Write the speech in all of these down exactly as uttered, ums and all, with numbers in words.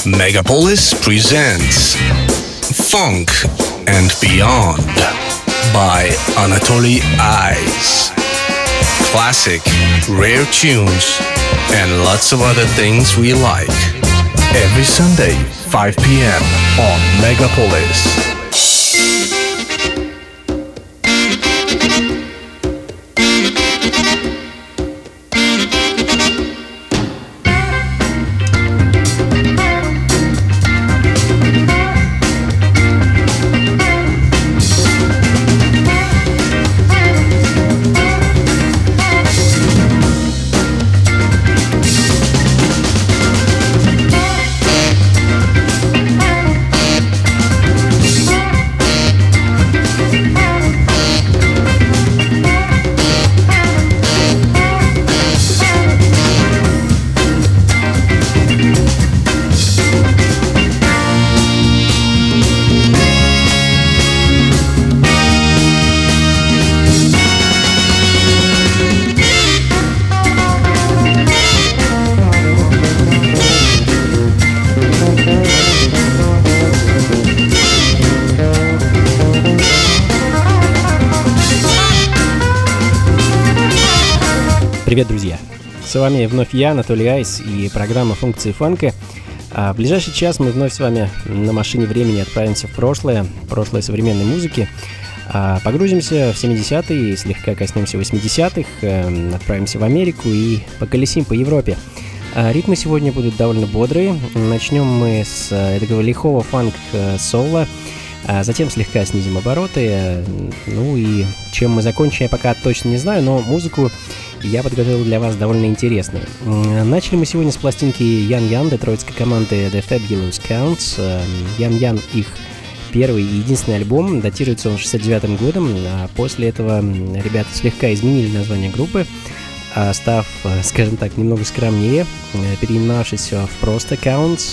Megapolis presents Funk and Beyond by Anatoly Eyes. Classic, rare tunes, and lots of other things we like. Every Sunday, five p.m. on Megapolis. Привет, друзья! С вами вновь я, Анатолий Айс, и программа «Функции фанка». А в ближайший час мы вновь с вами на машине времени отправимся в прошлое, прошлое современной музыки. А погрузимся в семидесятые, слегка коснемся восьмидесятых, э, отправимся в Америку и поколесим по Европе. А ритмы сегодня будут довольно бодрые. Начнем мы с э, такого лихого фанк-соло, а затем слегка снизим обороты. Ну и чем мы закончим, я пока точно не знаю, но музыку я подготовил для вас довольно интересную. Начали мы сегодня с пластинки Yan Yan детройтской команды The Fabulous Counts. Yan Yan их первый и единственный альбом, датируется он шестьдесят девятым годом, а после этого ребята слегка изменили название группы, став, скажем так, немного скромнее, переименовавшись в просто Counts.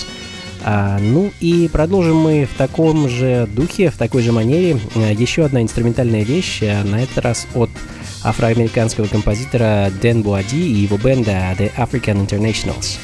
А, ну и продолжим мы в таком же духе, в такой же манере. Еще одна инструментальная вещь, на этот раз от афроамериканского композитора Дэн Буади и его бенда The African Internationals.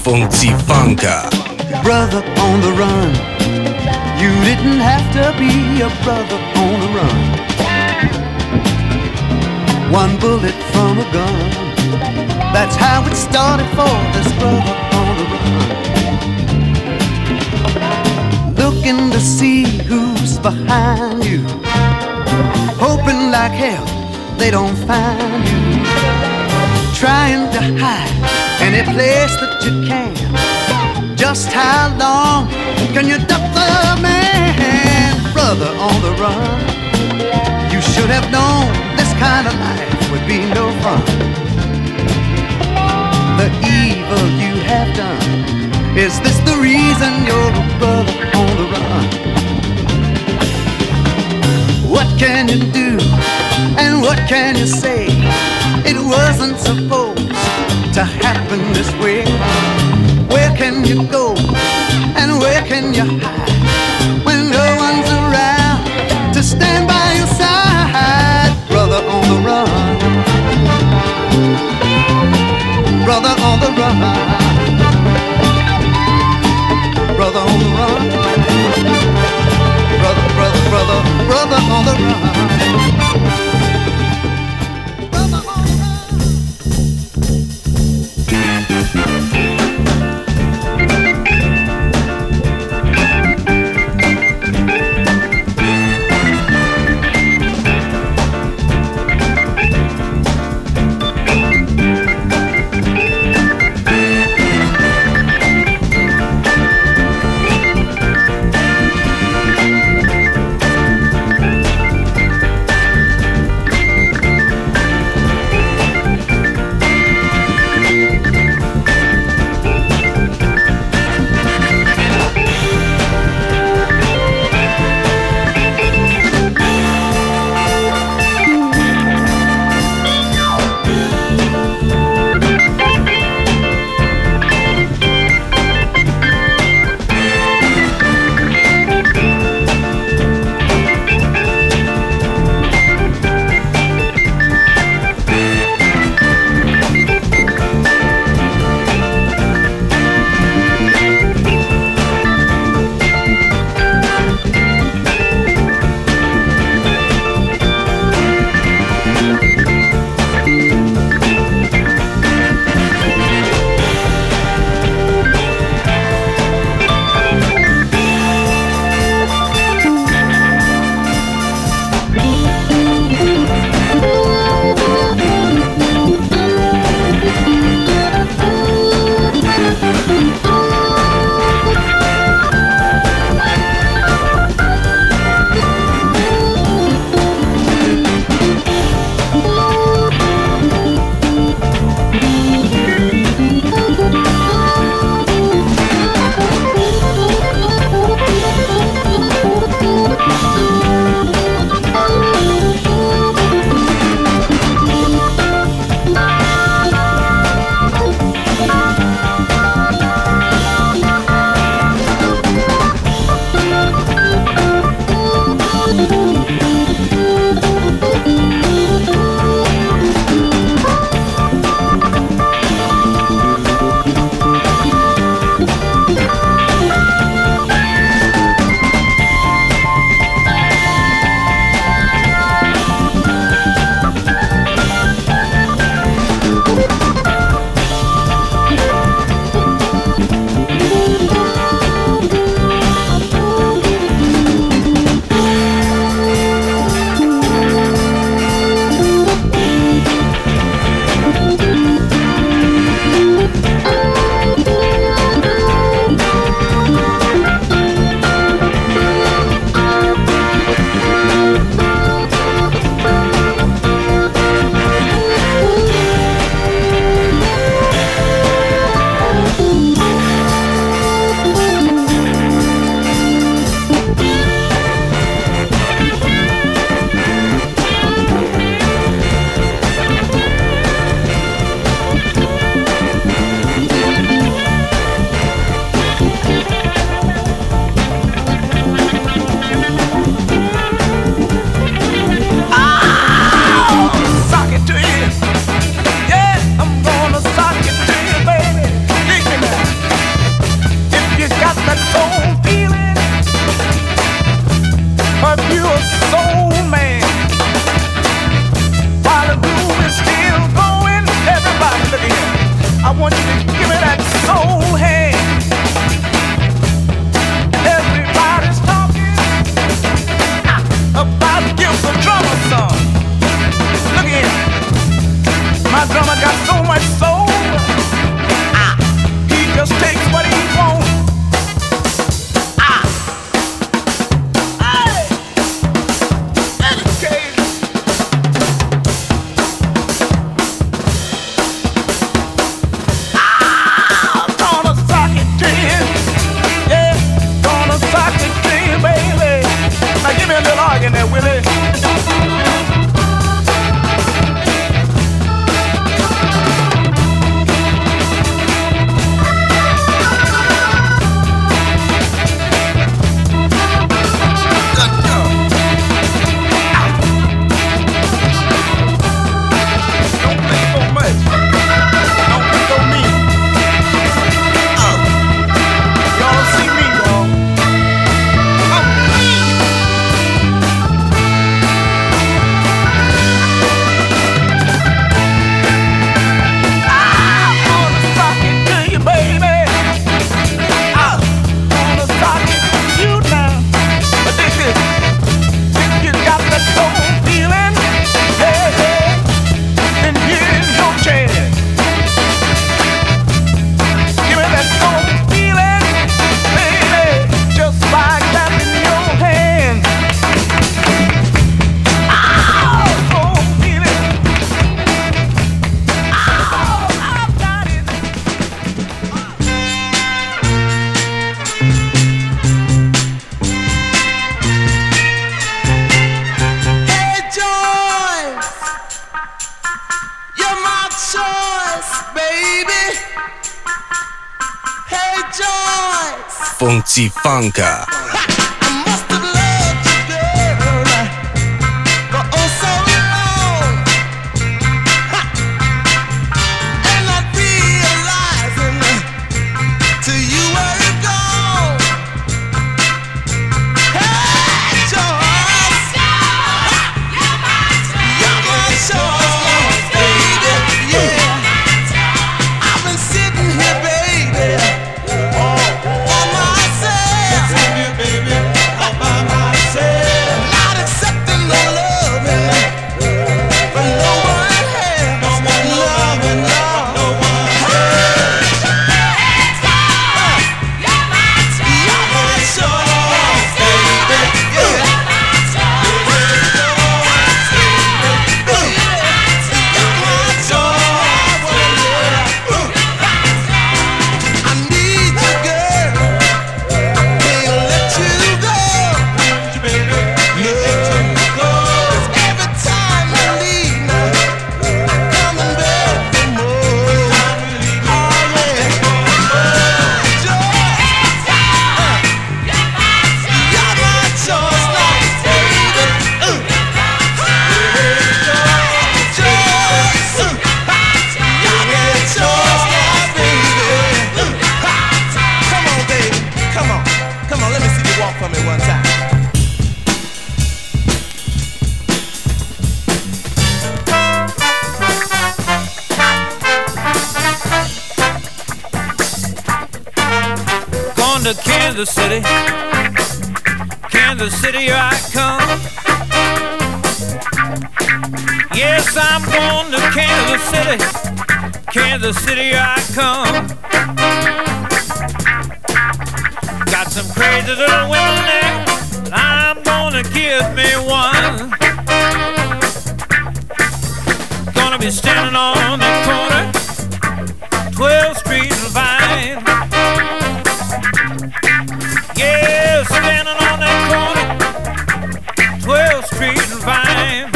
Funky Funka. Brother on the run, you didn't have to be a brother on the run. One bullet from a gun, that's how it started for this brother on the run. Looking to see who's behind you, hoping like hell they don't find you. Trying to hide any place that you can. Just how long can you duck the man? Brother on the run, you should have known this kind of life would be no fun. The evil you have done, is this the reason you're a brother on the run? What can you do and what can you say? It wasn't supposed to happen this way. Where can you go and where can you hide when no one's around to stand by your side? Brother on the run, brother on the run, brother on the run, brother, brother, brother, brother on the run. Brother on the run. функций фанка. To Kansas City, Kansas City, here I come. Yes, I'm going to Kansas City, Kansas City, here I come. Got some crazy little women there, and I'm gonna give me one. Gonna be standing on the corner, twelfth Street and Vine. Yeah, standing on that corner, twelfth Street and Vine,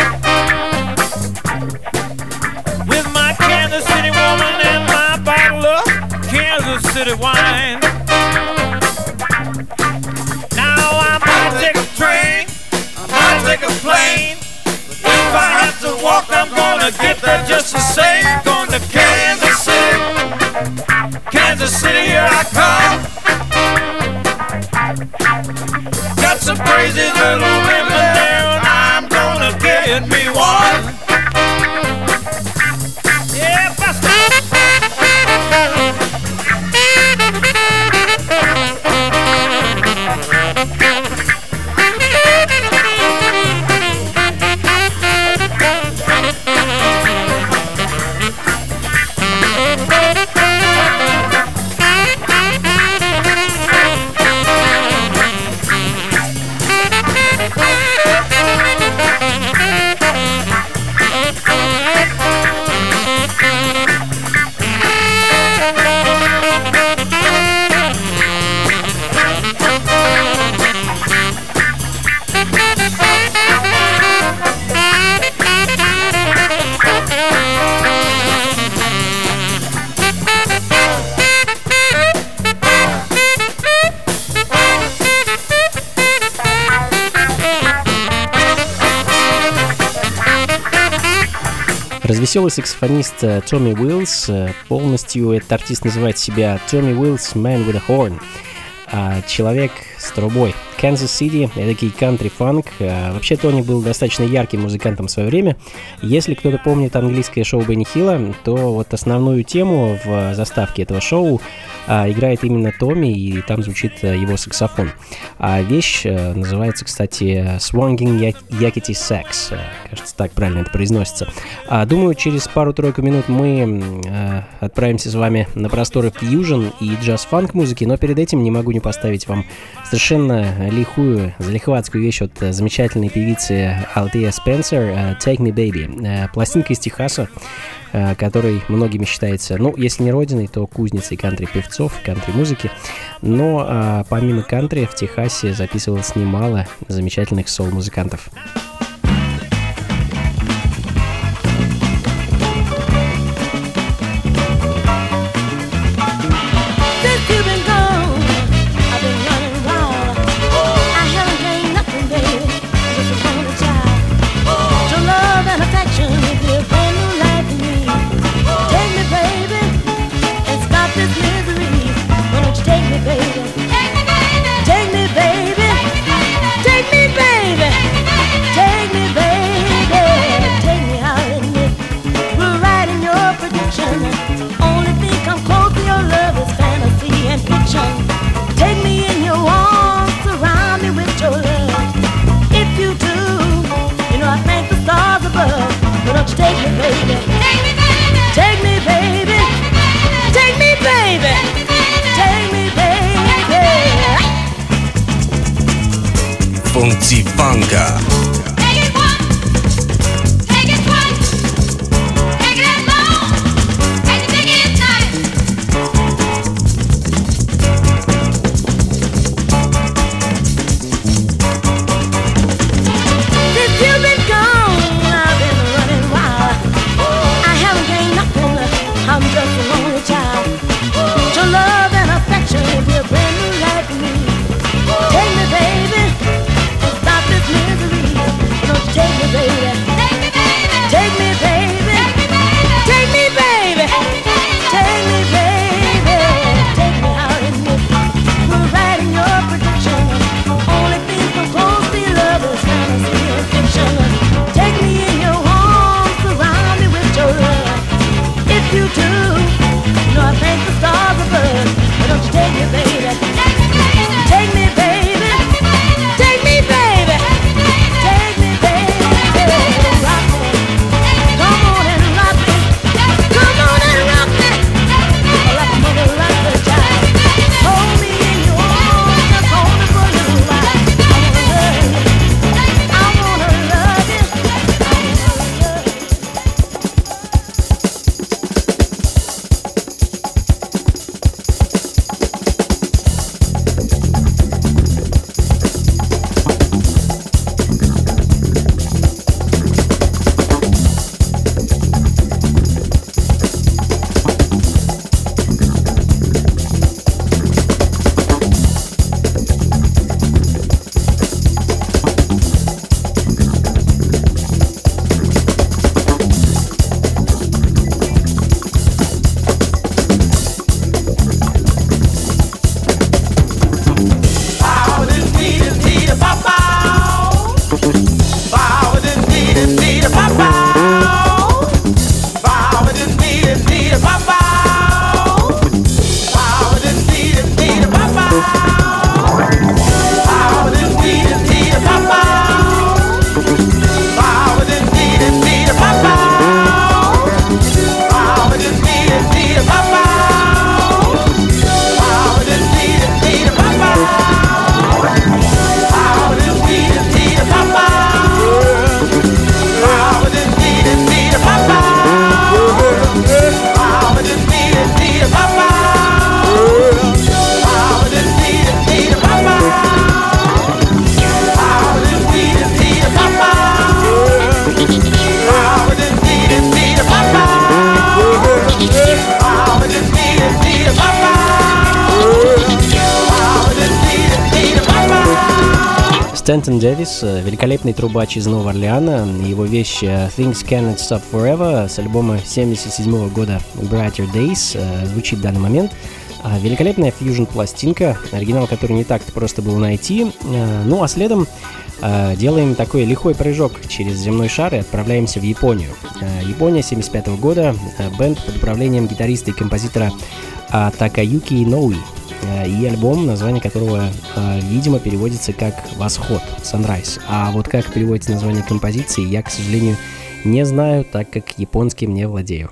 with my Kansas City woman and my bottle of Kansas City wine. Now I might take a train, I might take a plane, but if I have to walk, I'm gonna get there just the same. Going to Kansas City, Kansas City, here I come. Got some crazy little women there, and I'm gonna get me one. Yeah, Buster. Развеселый саксофонист Томми Уиллс, полностью этот артист называет себя Томми Уиллс Man with a Horn, человек с трубой. Kansas City, эдакий кантри-фанк. Вообще, Тони был достаточно ярким музыкантом в свое время. Если кто-то помнит английское шоу Бенни Хилла, то вот основную тему в заставке этого шоу а, играет именно Томми, и там звучит его саксофон. А вещь а, называется, кстати, Swanging Yakety Sax. Кажется, так правильно это произносится. А, думаю, через пару-тройку минут мы а, отправимся с вами на просторы фьюжн и джаз-фанк музыки, но перед этим не могу не поставить вам совершенно лихую, залихватскую вещь от замечательной певицы Althea Spencer, Take Me Baby. Пластинка из Техаса, который многими считается, ну, если не родиной, то кузницей кантри-певцов, кантри-музыки. Но помимо кантри в Техасе записывалось немало замечательных соул-музыкантов. Since you've been gone, I've been Funky Funka. Стэнтон Дэвис, великолепный трубач из Нового Орлеана, его вещь Things Cannot Stop Forever с альбома семьдесят седьмого года Brighter Days звучит в данный момент. Великолепная фьюжн-пластинка, оригинал который не так-то просто было найти. Ну а следом делаем такой лихой прыжок через земной шар и отправляемся в Японию. Япония семьдесят пятого года, бэнд под управлением гитариста и композитора Такаюки Иноуи. И альбом, название которого, видимо, переводится как «Восход», «Sunrise». А вот как переводится название композиции, я, к сожалению, не знаю, так как японским не владею.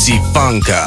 функций фанка.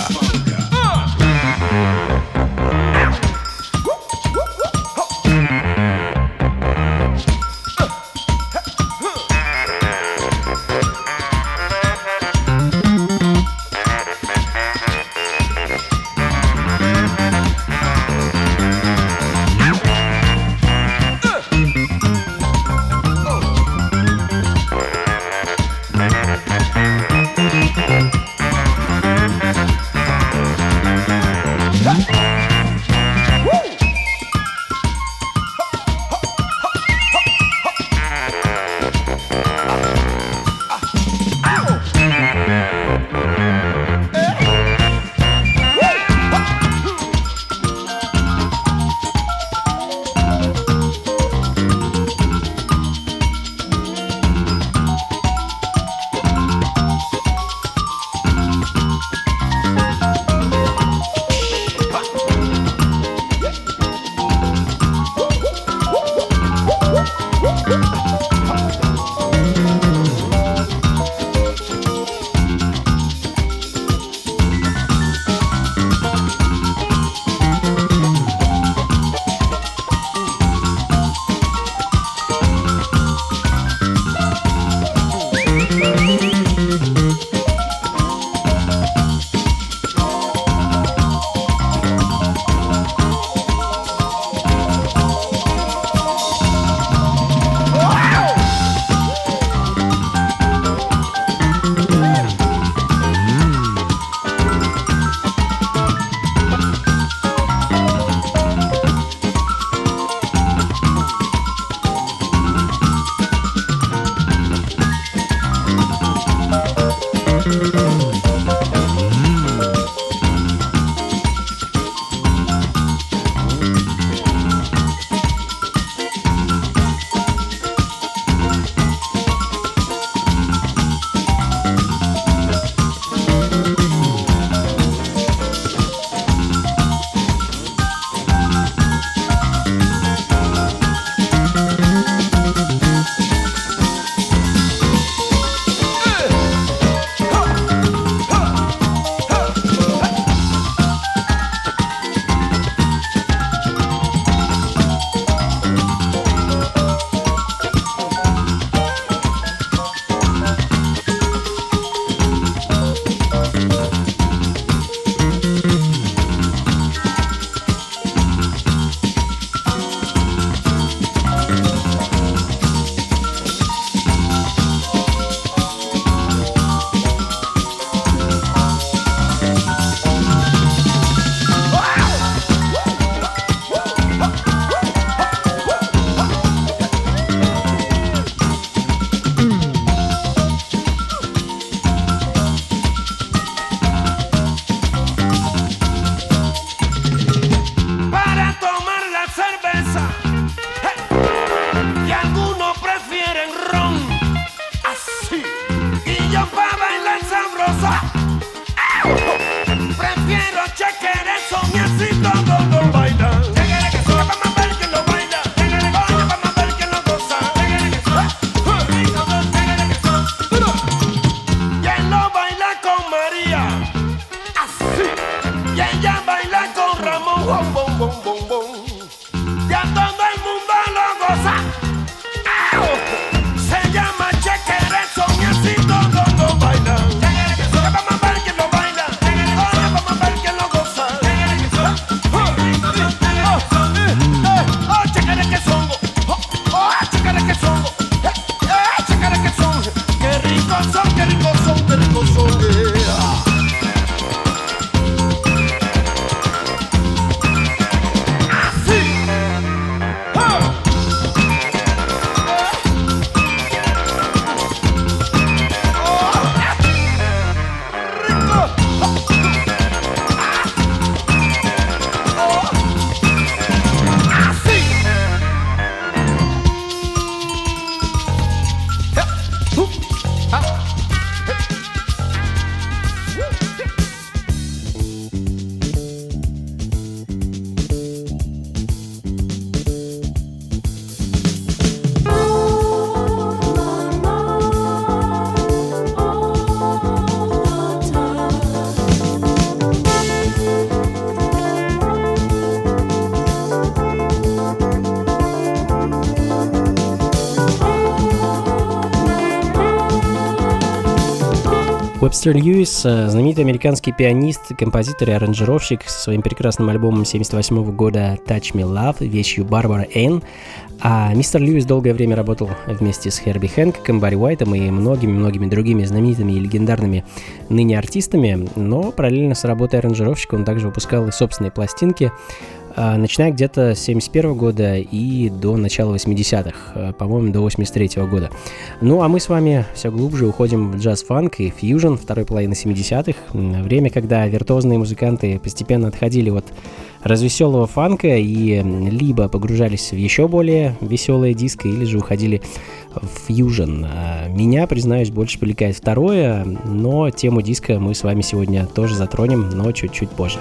Уэбстер Льюис, знаменитый американский пианист, композитор и аранжировщик со своим прекрасным альбомом семьдесят восьмого года «Touch Me Love», вещью Барбара Энн. А мистер Льюис долгое время работал вместе с Херби Хэнкоком, Барри Уайтом и многими-многими другими знаменитыми и легендарными ныне артистами, но параллельно с работой аранжировщика он также выпускал и собственные пластинки, начиная где-то с семьдесят первого года и до начала восьмидесятых, по-моему, до восемьдесят третьего года. Ну, а мы с вами все глубже уходим в джаз-фанк и фьюжн второй половины семидесятых, время, когда виртуозные музыканты постепенно отходили от развеселого фанка и либо погружались в еще более веселое диско, или же уходили в фьюжн. Меня, признаюсь, больше привлекает второе, но тему диска мы с вами сегодня тоже затронем, но чуть-чуть позже.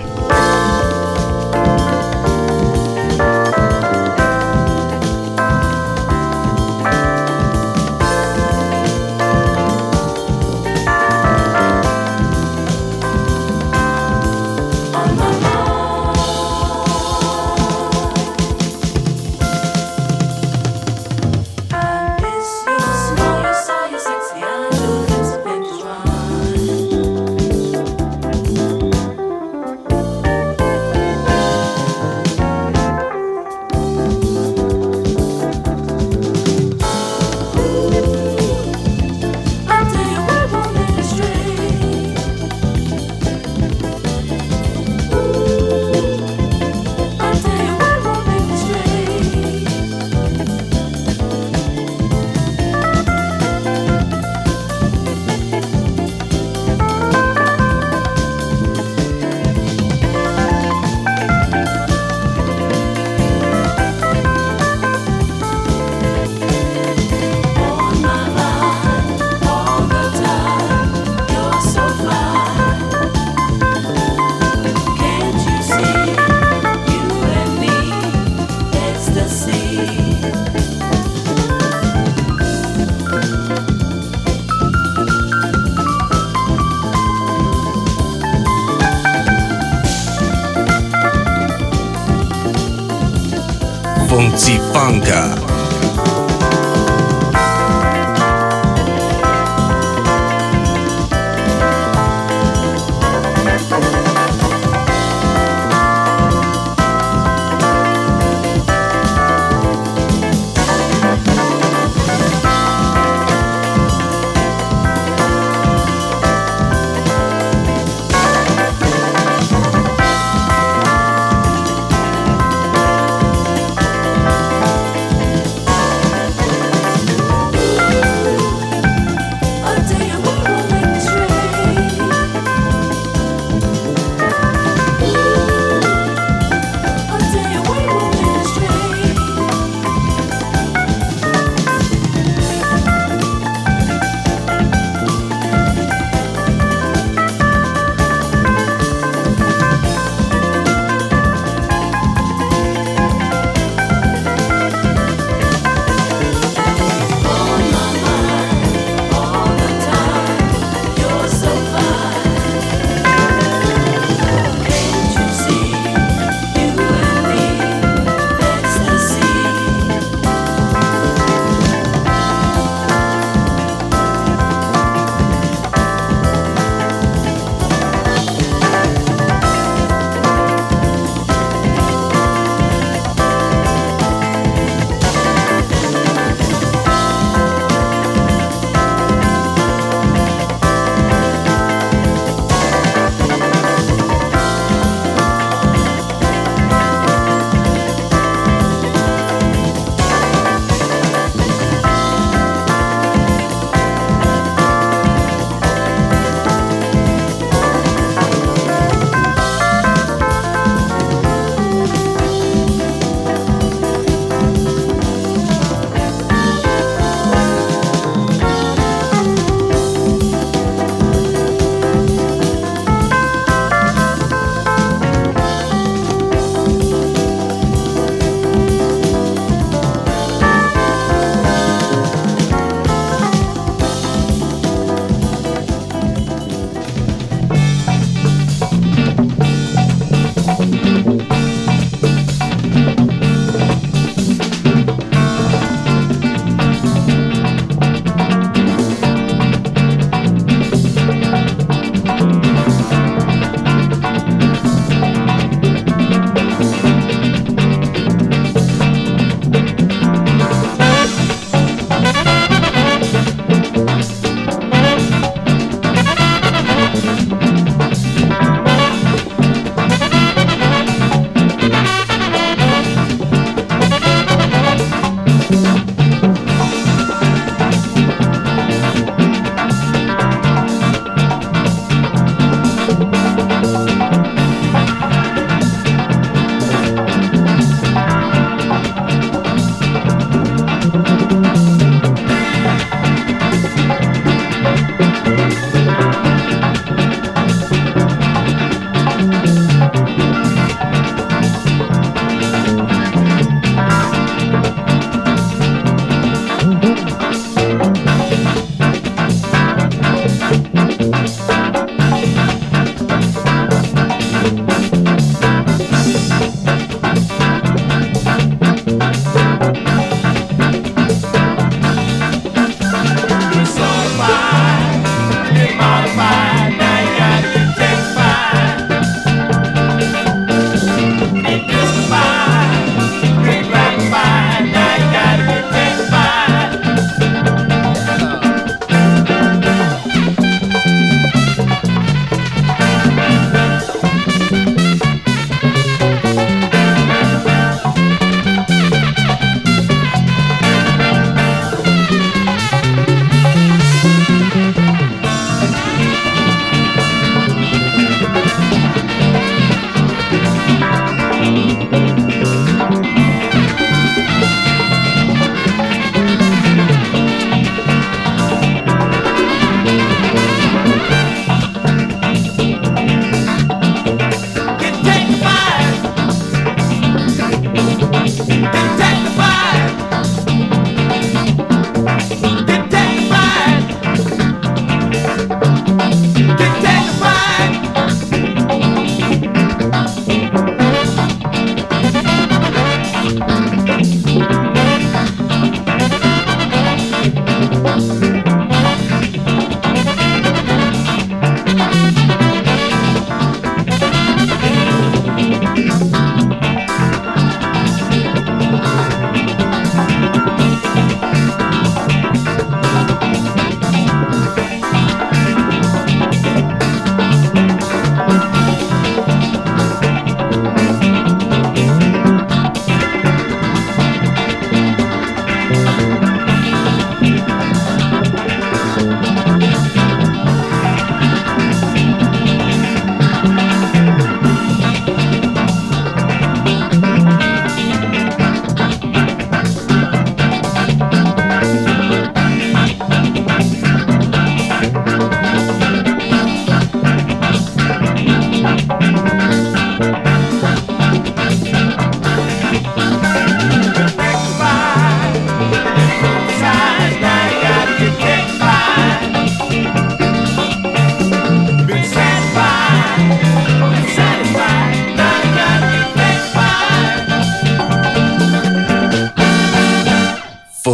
Funky Funka.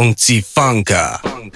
Функции фанка.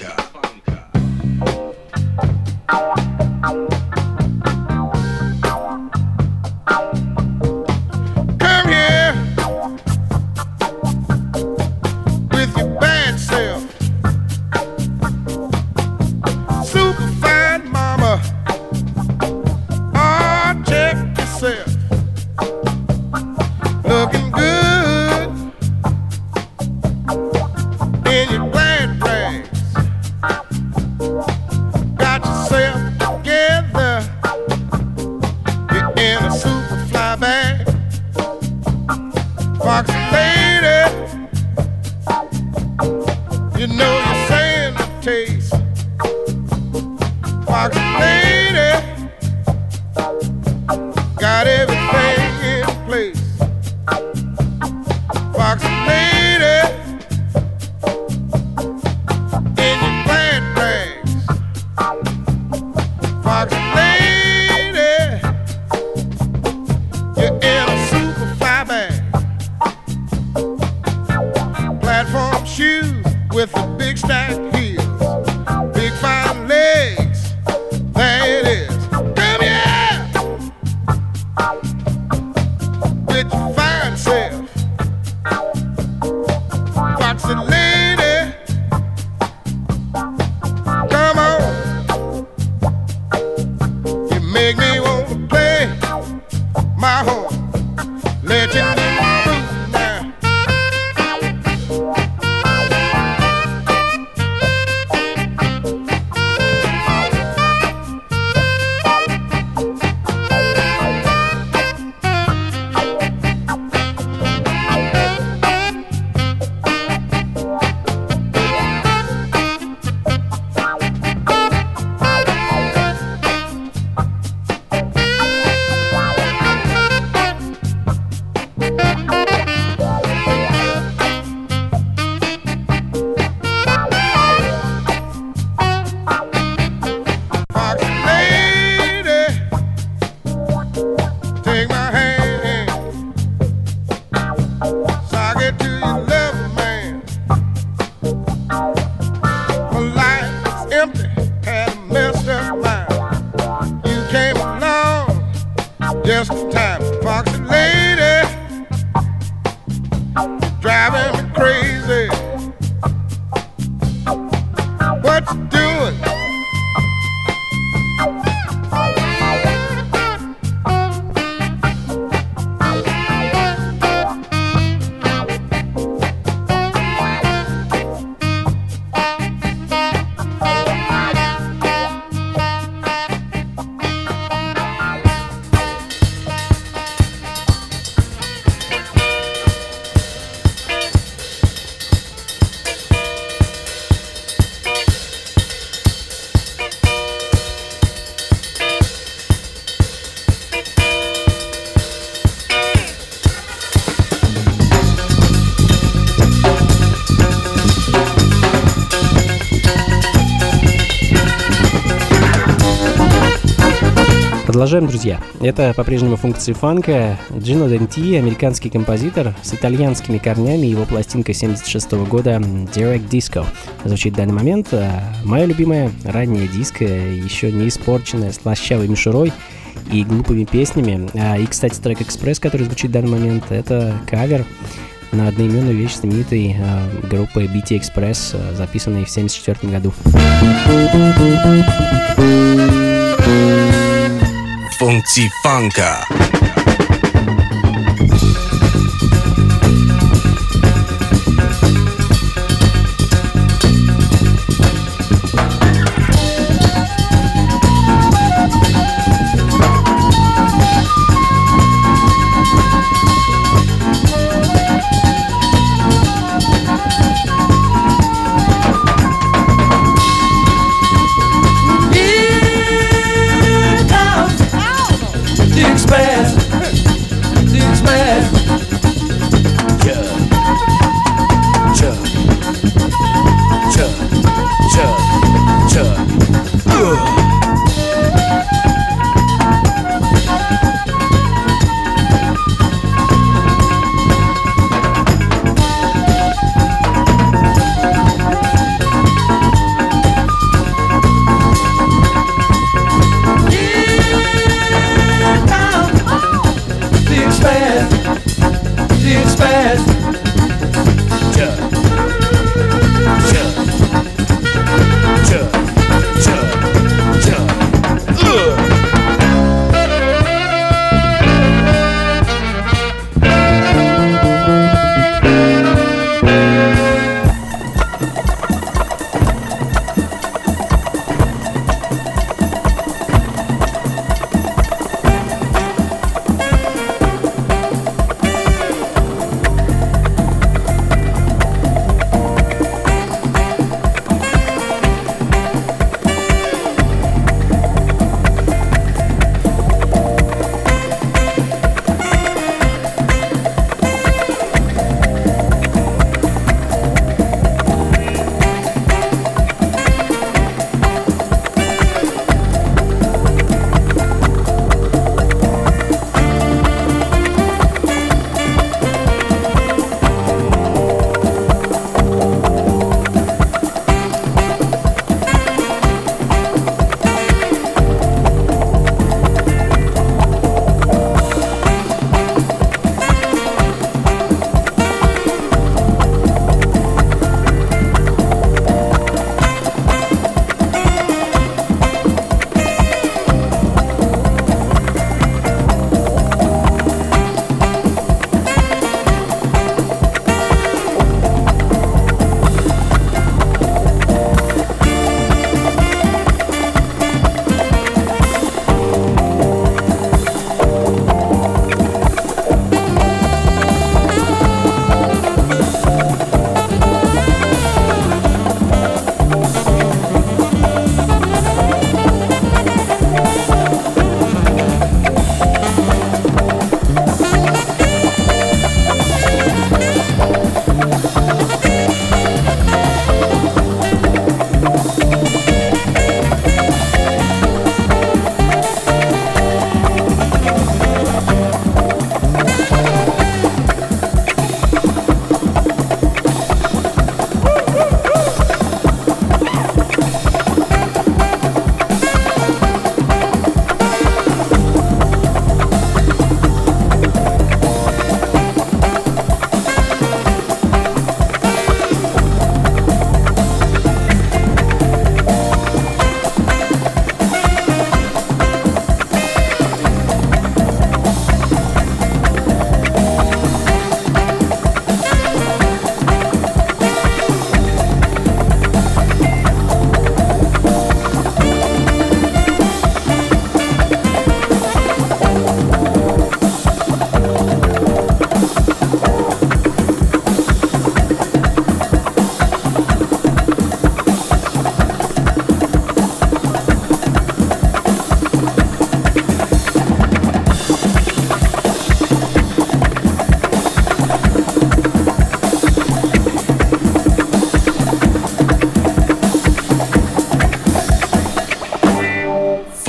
Продолжаем, друзья. Это по-прежнему функции фанка. Джино Денти, американский композитор с итальянскими корнями. Его пластинка семьдесят шестого года Direct Disco звучит в данный момент. Моя любимая ранняя диско, еще не испорченная слащавой мишурой и глупыми песнями. И, кстати, трек «Экспресс», который звучит в данный момент, это кавер на одноименную вещь знаменитой группы би ти Express, записанной в семьдесят четвёртом году. Функции фанка. Express.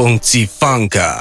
Funky Funka.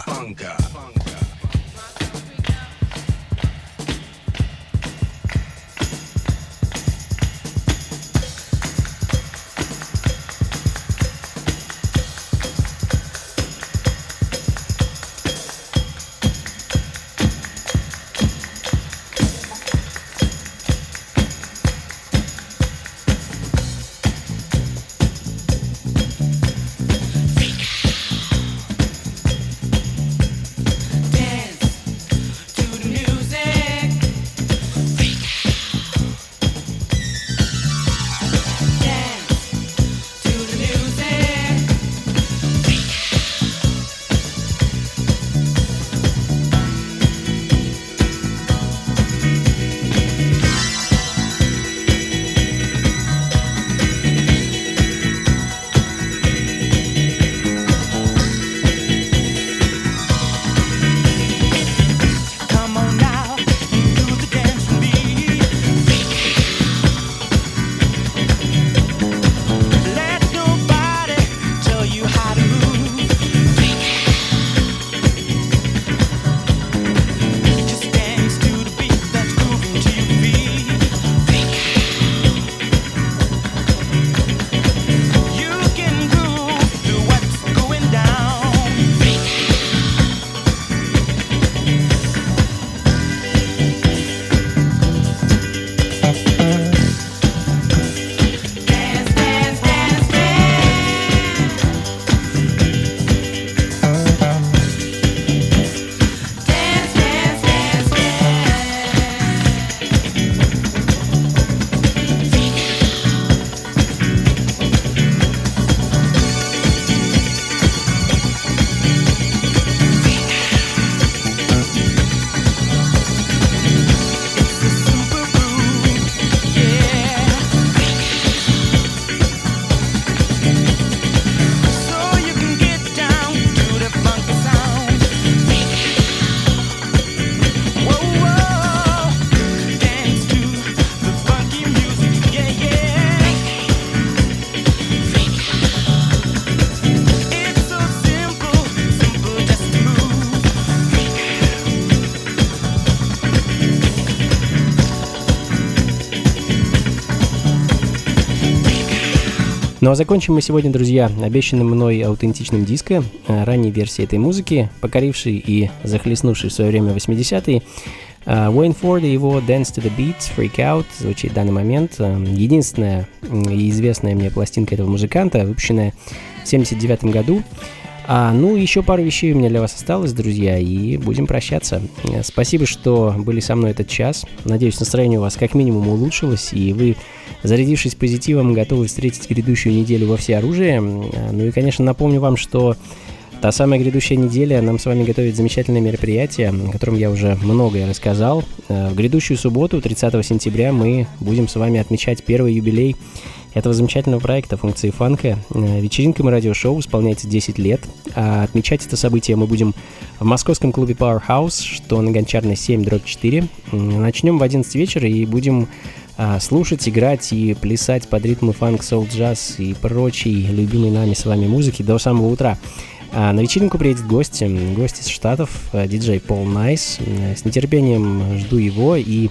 Ну а закончим мы сегодня, друзья, обещанным мной аутентичным диско, ранней версии этой музыки, покорившей и захлестнувшей в свое время восьмидесятые. Уэйн Форд и его Dance to the Beat, Freak Out звучит в данный момент. Единственная и известная мне пластинка этого музыканта, выпущенная в семьдесят девятом году. А, ну, еще пару вещей у меня для вас осталось, друзья, и будем прощаться. Спасибо, что были со мной этот час. Надеюсь, настроение у вас как минимум улучшилось, и вы, зарядившись позитивом, готовы встретить грядущую неделю во всеоружии. Ну и, конечно, напомню вам, что та самая грядущая неделя нам с вами готовит замечательное мероприятие, о котором я уже многое рассказал. В грядущую субботу, тридцатого сентября, мы будем с вами отмечать первый юбилей этого замечательного проекта «Функции фанка». Вечеринкам и радиошоу исполняется десять лет. А отмечать это событие мы будем в московском клубе Powerhouse, что на Гончарной семь дробь четыре. Начнем в одиннадцать вечера и будем а, слушать, играть и плясать под ритмы фанк, соул, джаз и прочей любимой нами с вами музыки до самого утра. А на вечеринку приедет гость, гость из Штатов, диджей Пол Найс. С нетерпением жду его и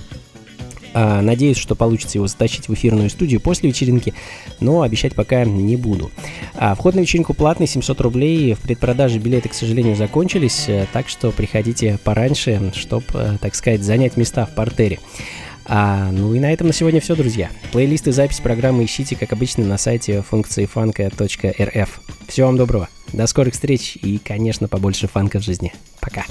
а, надеюсь, что получится его затащить в эфирную студию после вечеринки, но обещать пока не буду. А, вход на вечеринку платный, семьсот рублей. В предпродаже билеты, к сожалению, закончились, так что приходите пораньше, чтобы, так сказать, занять места в партере. А, ну и на этом на сегодня все, друзья. Плейлисты, запись программы ищите, как обычно, на сайте функции фанка точка эр эф. Всего вам доброго, до скорых встреч и, конечно, побольше фанка в жизни. Пока.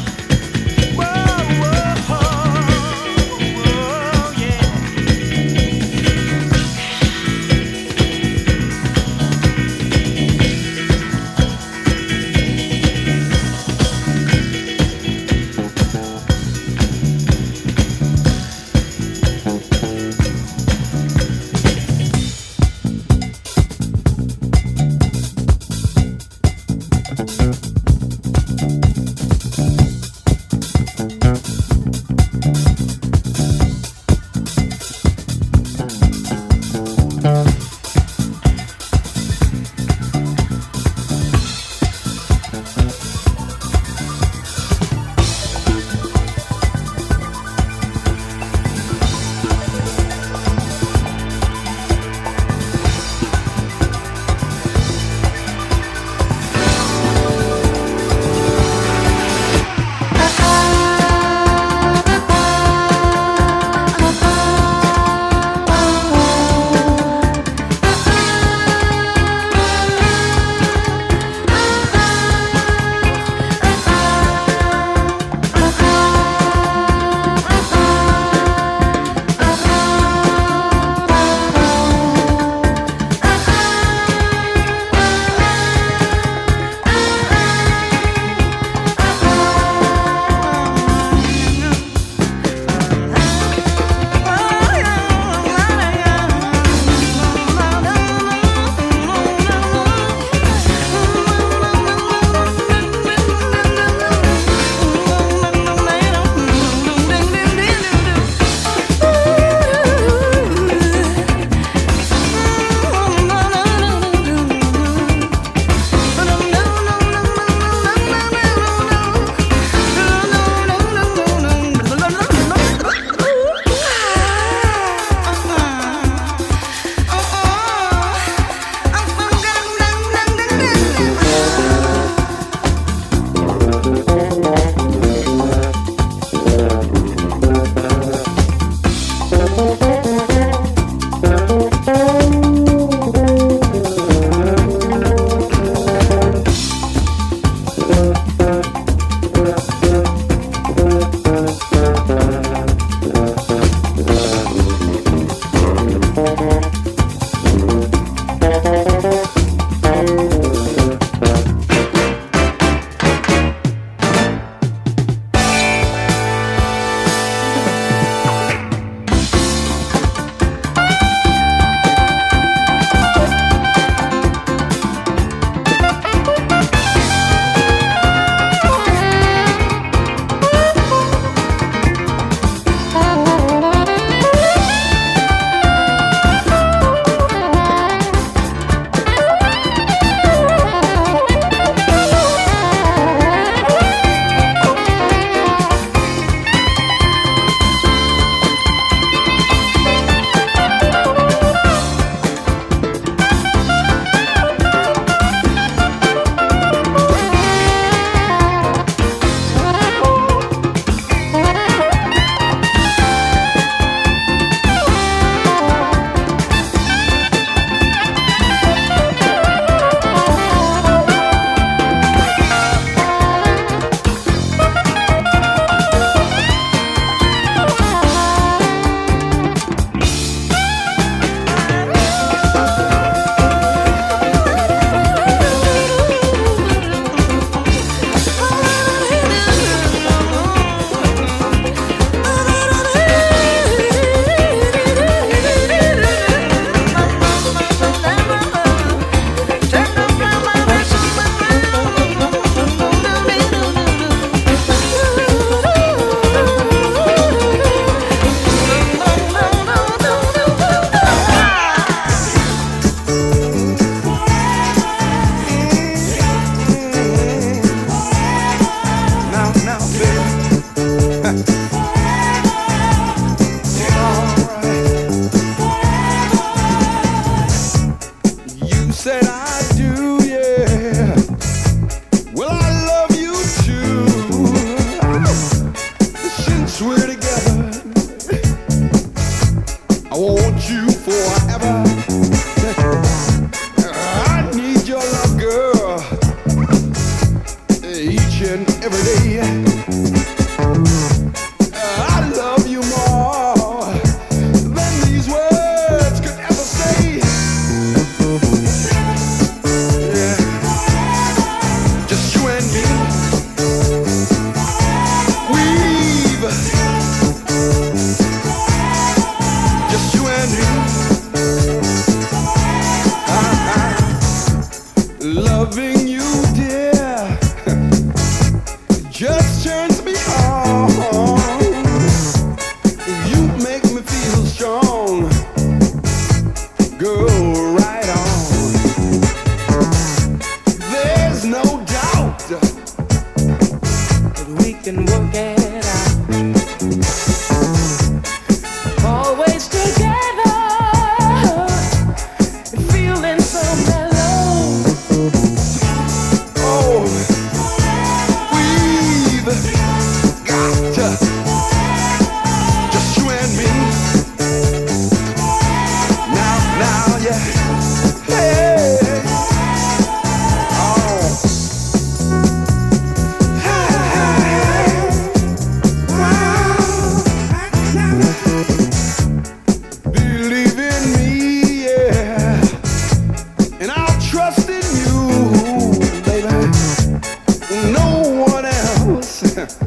Whoa, whoa, whoa, yeah. can work it out. Always together, feeling so mellow. Oh, we've got to, just you and me. Now, now, yeah. Hey. Oh. Believe in me, yeah, and I'll trust in you, baby. No one else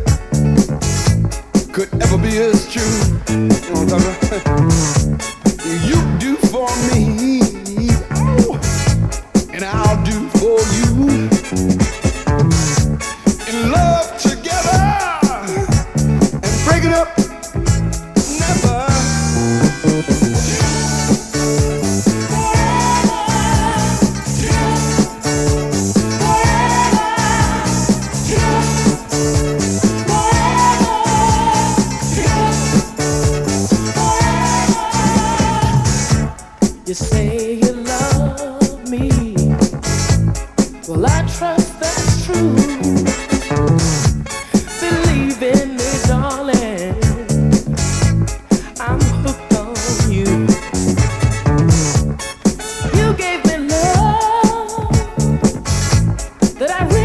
could ever be as true. You know what I'm talking about? You do for me, oh, and I'll do for you. In love together and break it up, never. You say you love me. Well, I trust that's true. Believe in me, darling. I'm hooked on you. You gave me love that I really